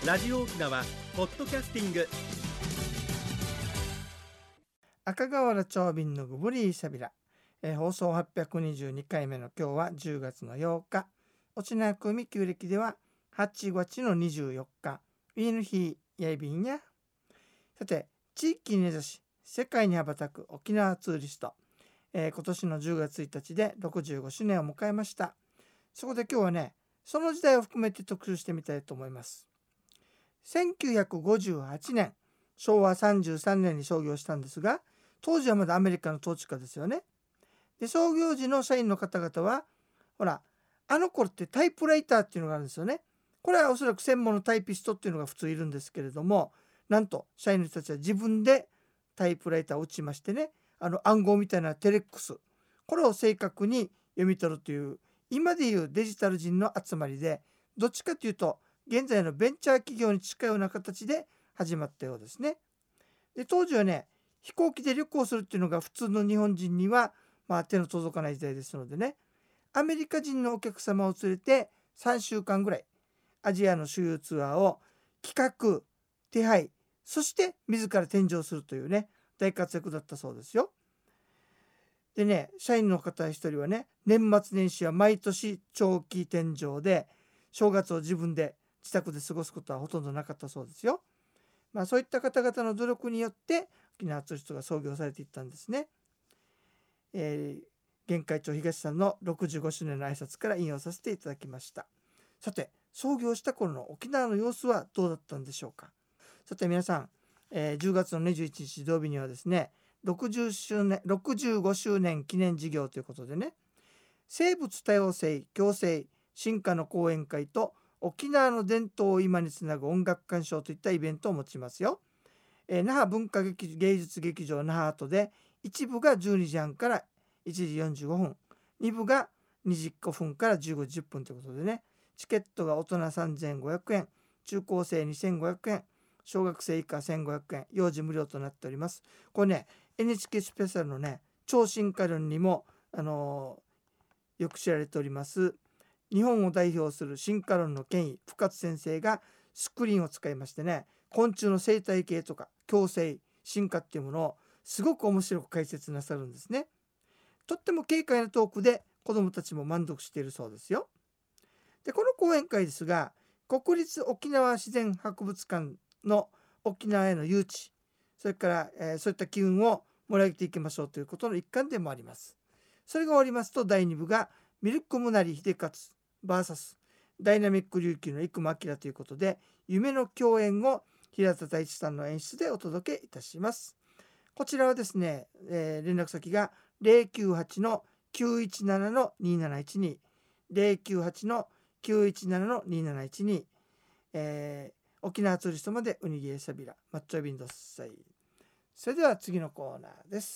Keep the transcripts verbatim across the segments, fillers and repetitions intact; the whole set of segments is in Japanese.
ラジオ沖縄ポッドキャスティング。 赤瓦長瓶のぐぶりさびら、えー、放送はっぴゃくにじゅうにかいめの今日はじゅうがつのようか、沖縄組旧暦でははちがつのにじゅうよっか、ウィーヌヒーやいびんや。さて、地域に根ざし世界に羽ばたく沖縄ツーリスト、えー、今年のじゅうがつついたちでろくじゅうごしゅうねんを迎えました。そこで今日はね、その時代を含めて特集してみたいと思います。せんきゅうひゃくごじゅうはちねん、しょうわさんじゅうさんねんに創業したんですが、当時はまだアメリカの統治下ですよね。で、創業時の社員の方々は、ほら、あの頃ってタイプライターっていうのがあるんですよね。これはおそらく専門のタイピストっていうのが普通いるんですけれども、なんと社員の人たちは自分でタイプライターを打ちましてね、あの暗号みたいなテレックス、これを正確に読み取るという、今でいうデジタル人の集まりで、どっちかというと現在のベンチャー企業に近いような形で始まったようですね。で、当時はね、飛行機で旅行するっていうのが普通の日本人には、まあ、手の届かない時代ですのでね、アメリカ人のお客様を連れてさんしゅうかんぐらいアジアの周遊ツアーを企画、手配、そして自ら添乗するというね、大活躍だったそうですよ。でね、社員の方一人はね、年末年始は毎年長期添乗で正月を自分で自宅で過ごすことはほとんどなかったそうですよ。まあ、そういった方々の努力によって沖縄ツーリストが創業されていったんですね。えー、現会長東さんのろくじゅうごしゅうねんの挨拶から引用させていただきました。さて、創業した頃の沖縄の様子はどうだったんでしょうか。さて皆さん、えー、じゅうがつのにじゅういちにち土曜日にはですね、ろくじゅうしゅうねんろくじゅうごしゅうねん記念事業ということでね、生物多様性共生進化の講演会と沖縄の伝統を今につなぐ音楽鑑賞といったイベントを持ちますよ。えー、那覇文化劇芸術劇場那覇アートでいちぶがじゅうにじはんからいちじよんじゅうごふん、にぶがにじゅっごふんからじゅうごじじゅっぷんということでね、チケットが大人さんぜんごひゃくえん、中高生にせんごひゃくえん、小学生以下せんごひゃくえん、幼児無料となっております。これね、 エヌエイチケー スペシャルのね、超進化論にも、あのー、よく知られております日本を代表する進化論の権威深津先生がスクリーンを使いましてね、昆虫の生態系とか共生進化っていうものをすごく面白く解説なさるんですね。とっても軽快なトークで子どもたちも満足しているそうですよ。で、この講演会ですが、国立沖縄自然博物館の沖縄への誘致、それから、えー、そういった機運を盛り上げていきましょうということの一環でもあります。それが終わりますとだいにぶがミルクムナリ秀勝 ブイエス ダイナミック琉球の生間明ということで、夢の共演を平田太一さんの演出でお届けいたします。こちらはですね、えー、連絡先が ゼロきゅうはちのきゅういちななのになないちに ゼロきゅうはちのきゅういちななのになないちに、えー、沖縄ツーリストまでウニギエサビラマッチョビンドッサイ。それでは次のコーナーです。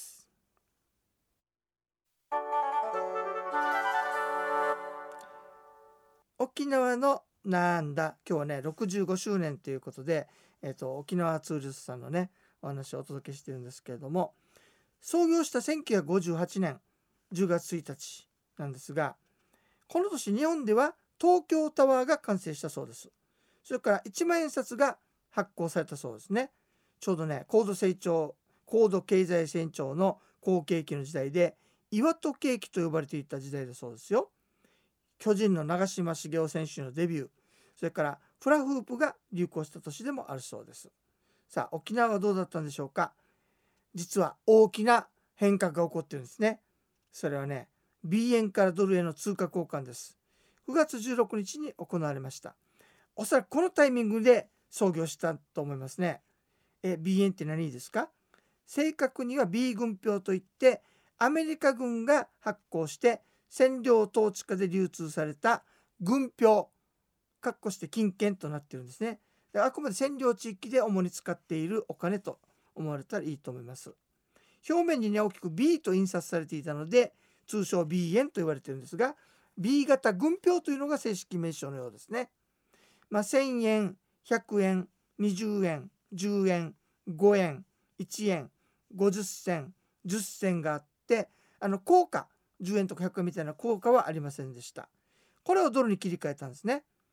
沖縄のなんだ、今日はねろくじゅうごしゅうねんということで、えーと、沖縄ツーリストさんのねお話をお届けしているんですけれども、創業したせんきゅうひゃくごじゅうはちねんじゅうがつついたちなんですが、この年日本では東京タワーが完成したそうです。それからいちまんえんさつが発行されたそうですね。ちょうどね高度成長高度経済成長の好景気の時代で岩戸景気と呼ばれていた時代だそうですよ。巨人の長嶋茂雄選手のデビュー、それからフラフープが流行した年でもあるそうです。さあ、沖縄はどうだったんでしょうか。実は大きな変革が起こっているんですね。それはね ビー 円からドルへの通貨交換です。くがつじゅうろくにちに行われました。おそらくこのタイミングで創業したと思いますね。え ビー 円って何ですか。正確には B 軍票といってアメリカ軍が発行して占領統治下で流通された軍票、かっこして金券となっているんですね。で、あくまで占領地域で主に使っているお金と思われたらいいと思います。表面にね大きく B と印刷されていたので通称 B 円と言われているんですが、 B 型軍票というのが正式名称のようですね。まあ、せんえん、ひゃくえん、にじゅうえん、じゅうえん、ごえん、いちえん、ごじゅっせん、じゅっせんがあって、あの硬貨じゅうえんとかひゃくえんみたいな硬貨はありませんでした。これをドルに切り替えたんですね。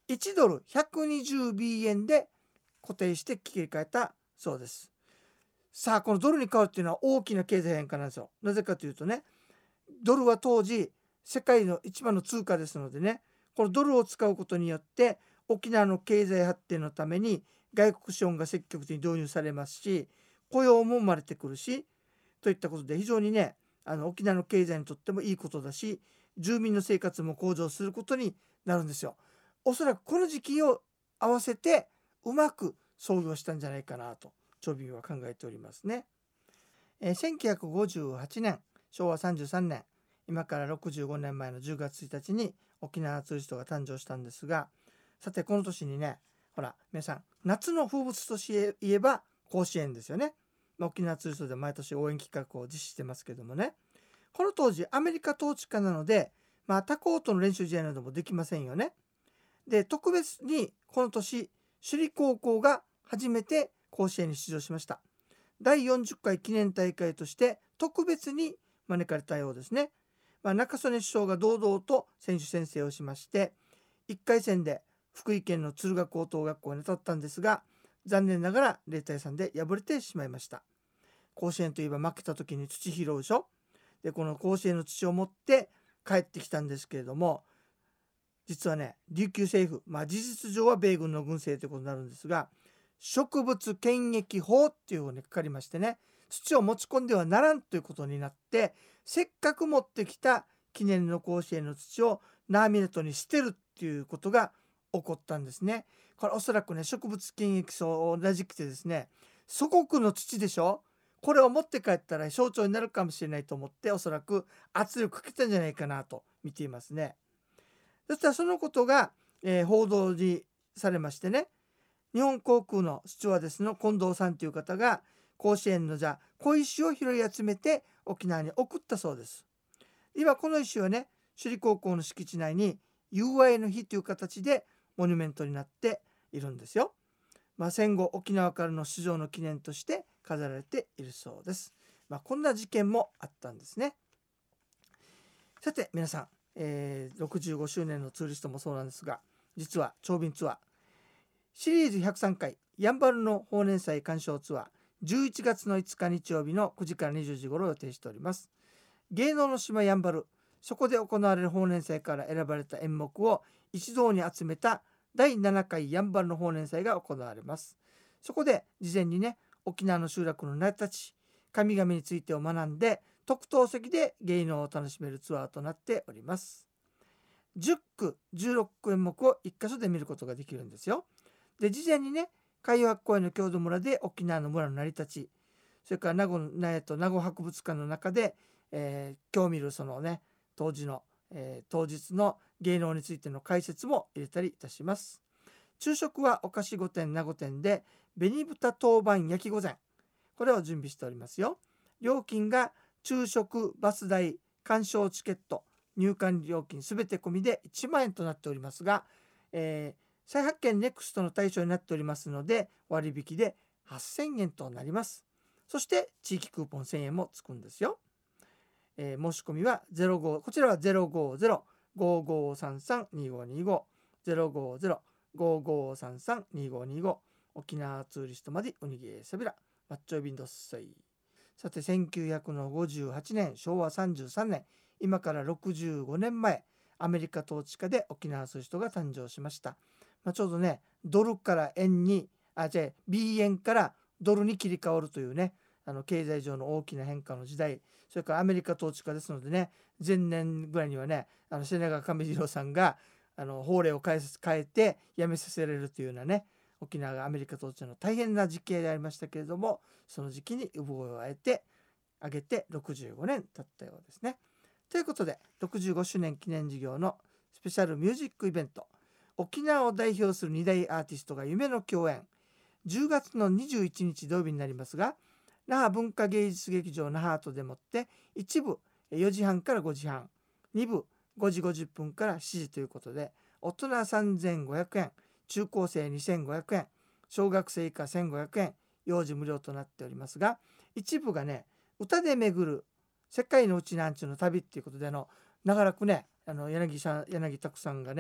いちドルひゃくにじゅうビーえんで固定して切り替えたそうです。さあこのドルに変わるっていうのは大きな経済変化なんですよ。なぜかというとね、ドルは当時世界の一番の通貨ですのでね、このドルを使うことによって沖縄の経済発展のために外国資本が積極的に導入されますし、雇用も生まれてくるしといったことで、非常にねあの沖縄の経済にとってもいいことだし、住民の生活も向上することになるんですよ。おそらくこの時期を合わせてうまく創業したんじゃないかなと長瓶は考えておりますね。えーせんきゅうひゃくごじゅうはちねんしょうわさんじゅうさんねん、今からろくじゅうごねんまえのじゅうがつついたちに沖縄ツーリストが誕生したんですが、さてこの年にね、ほら皆さん夏の風物として言えば甲子園ですよね。沖縄ツーリストで毎年応援企画を実施してますけどもね、この当時アメリカ統治下なので、まあ、他校との練習試合などもできませんよね。で特別にこの年首里高校が初めて甲子園に出場しました。だいよんじゅっかい記念大会として特別に招かれたようですね。まあ、中曽根首相が堂々と選手宣誓をしまして、いっかい戦で福井県の敦賀高等学校に当たったんですが、残念ながらゼロたいさんで敗れてしまいました。甲子園といえば負けた時に土拾うでしょ。でこの甲子園の土を持って帰ってきたんですけれども、実はね琉球政府、まあ事実上は米軍の軍政ということになるんですが、植物検疫法っていうのにかかりましてね、土を持ち込んではならんということになって、せっかく持ってきた記念の甲子園の土を那覇港に捨てるっていうことが起こったんですね。これおそらくね植物検疫法同じくてですね、祖国の土でしょ、これを持って帰ったら象徴になるかもしれないと思って、おそらく圧力かけたんじゃないかなと見ていますね。そしたらそのことが、えー報道にされましてね、日本航空のスチュワーデスの近藤さんという方が甲子園のじゃ小石を拾い集めて沖縄に送ったそうです。今この石はね首里高校の敷地内に友愛の日という形でモニュメントになっているんですよ。まあ、戦後沖縄からの出場の記念として飾られているそうです。まあ、こんな事件もあったんですね。さて皆さん、えーろくじゅうごしゅうねんのツーリストもそうなんですが、実は長瓶ツアーシリーズひゃくさんかいやんばるの豊年祭鑑賞ツアー、じゅういちがつのいつか日曜日のくじからにじゅうじ頃予定しております。芸能の島やんばる、そこで行われる豊年祭から選ばれた演目を一堂に集めただいななかいやんばるの豊年祭が行われます。そこで事前にね沖縄の集落の成り立ち、神々についてを学んで特等席で芸能を楽しめるツアーとなっております。じゅっくじゅうろっく演目をいっか所で見ることができるんですよ。で事前にね海洋博公園の郷土村で沖縄の村の成り立ち、それから名護の、えっと、名護博物館の中で、えー、今日見るそのね当時の、えー、当日の芸能についての解説も入れたりいたします。昼食はお菓子御殿名護店で紅豚当番焼き御膳、これを準備しておりますよ。料金が昼食バス代鑑賞チケット入館料金すべて込みでいちまんえんとなっておりますが、えー再発見ネクストの対象になっておりますので割引ではっせんえんとなります。そして地域クーポンせんえんもつくんですよ。えー、申し込みはゼロごこちらはゼロごゼロ ごーごーさんさん にーごーにーご ゼロごゼロ ごーごーさんさん にーごーにーご、沖縄ツーリストまでおにげさびらマッチョビンドッサイ。さてせんきゅうひゃくごじゅうはちねんしょうわさんじゅうさんねん、今からろくじゅうごねんまえアメリカ統治下で沖縄ツーリストが誕生しました。まあ、ちょうどねドルから円にあじゃあ ビー 円からドルに切り替わるというねあの経済上の大きな変化の時代、それからアメリカ統治下ですのでね、前年ぐらいにはねあの瀬長亀次郎さんがあの法令を変え変えてやめさせられるというようなね、沖縄がアメリカ統治の大変な時期でありましたけれども、その時期に産声を得てあげてろくじゅうごねん経ったようですね。ということでろくじゅうごしゅうねん記念事業のスペシャルミュージックイベント、沖縄を代表するに大アーティストが夢の共演、じゅうがつのにじゅういちにち土曜日になりますが、那覇文化芸術劇場那覇アートでもって一部よじはんからごじはん、に部ごじごじゅっぷんからしちじということで、大人さんぜんごひゃくえん、中高生にせんごひゃくえん、小学生以下せんごひゃくえん、幼児無料となっておりますが、一部がね歌で巡る世界のうちなんちゅうの旅っていうことで、あの長らくねあの柳さん柳拓さんがね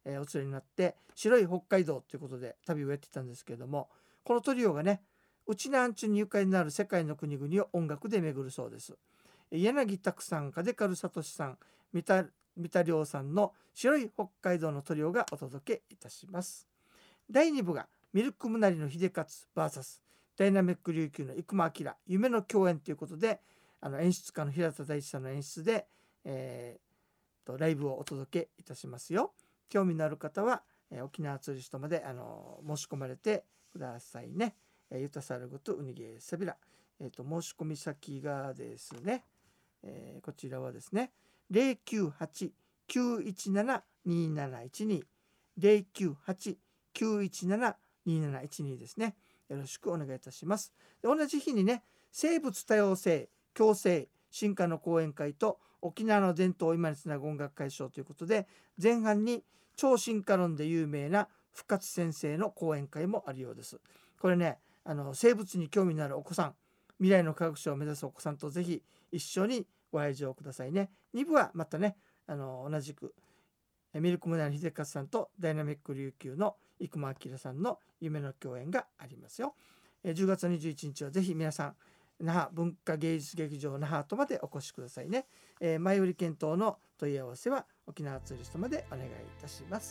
えー、お連れになって白い北海道ということで旅をやってたんですけれども、このトリオがねうちなんちゅにゆかりのある世界の国々を音楽で巡るそうです。柳拓さん、金カルサトシさん、三田三田亮さんの白い北海道のトリオがお届けいたします。だいに部がミルクムナリの秀勝 ブイエス ダイナミック琉球の生間明夢の共演ということで、あの演出家の平田大地さんの演出で、えー、とライブをお届けいたしますよ。興味のある方は、えー、沖縄ツーリストまであの申し込まれてくださいね。えー、ゆたさるごとうにげさびら、えー、と申し込み先がですね、えー、こちらはですね ゼロきゅうはち きゅういちなな にーなないちに ゼロきゅうはち きゅういちなな にーなないちにですね。よろしくお願いいたします。で同じ日にね、生物多様性共生進化の講演会と沖縄の伝統を今につなぐ音楽会賞ということで、前半に超進化論で有名な深津先生の講演会もあるようです。これね、あの生物に興味のあるお子さん、未来の科学者を目指すお子さんとぜひ一緒にご来場くださいね。に部はまたね、あの同じくミルクムナリ秀勝さんとダイナミック琉球の生間明さんの夢の共演がありますよ。じゅうがつにじゅういちにちはぜひ皆さん那覇文化芸術劇場那覇とまでお越しくださいね。えー、前売り検討の問い合わせは沖縄ツーリストまでお願いいたします。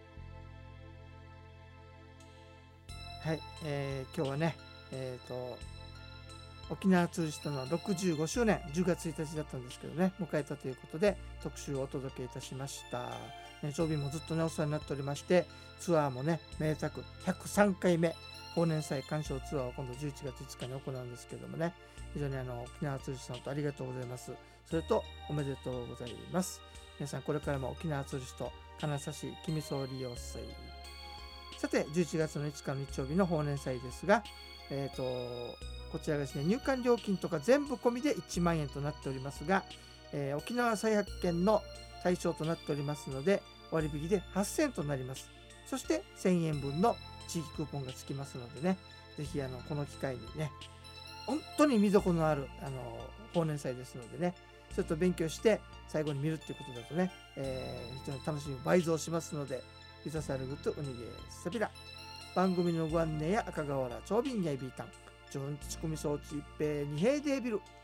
はい、えー、今日はね、えーと沖縄ツーリストのろくじゅうごしゅうねんじゅうがつついたちだったんですけどね、迎えたということで特集をお届けいたしました。ね、長便もずっとねお世話になっておりまして、ツアーもねめでたくひゃくさんかいめ豊年祭鑑賞ツアーを今度じゅういちがついつかに行うんですけどもね、非常にあの沖縄ツーリストさんとありがとうございます。それとおめでとうございます。皆さんこれからも沖縄ツーリスト金指君総利用祭。さてじゅういちがつのいつかの日曜日の豊年祭ですが、えーとこちらがですね、入館料金とか全部込みでいちまんえんとなっておりますが、えー、沖縄再発見の対象となっておりますので割引ではっせんえんとなります。そしてせんえんぶんの地域クーポンがつきますのでね、ぜひあのこの機会にね、本当に見どころのあるあの豊年祭ですのでね、ちょっと勉強して最後に見るっていうことだとね、えー、非常に楽しみ倍増しますので、ゆささるぐとうにげさびら。番組のご案内や赤瓦長瓶やいびいたんジョンチコミ装置一平二平デービル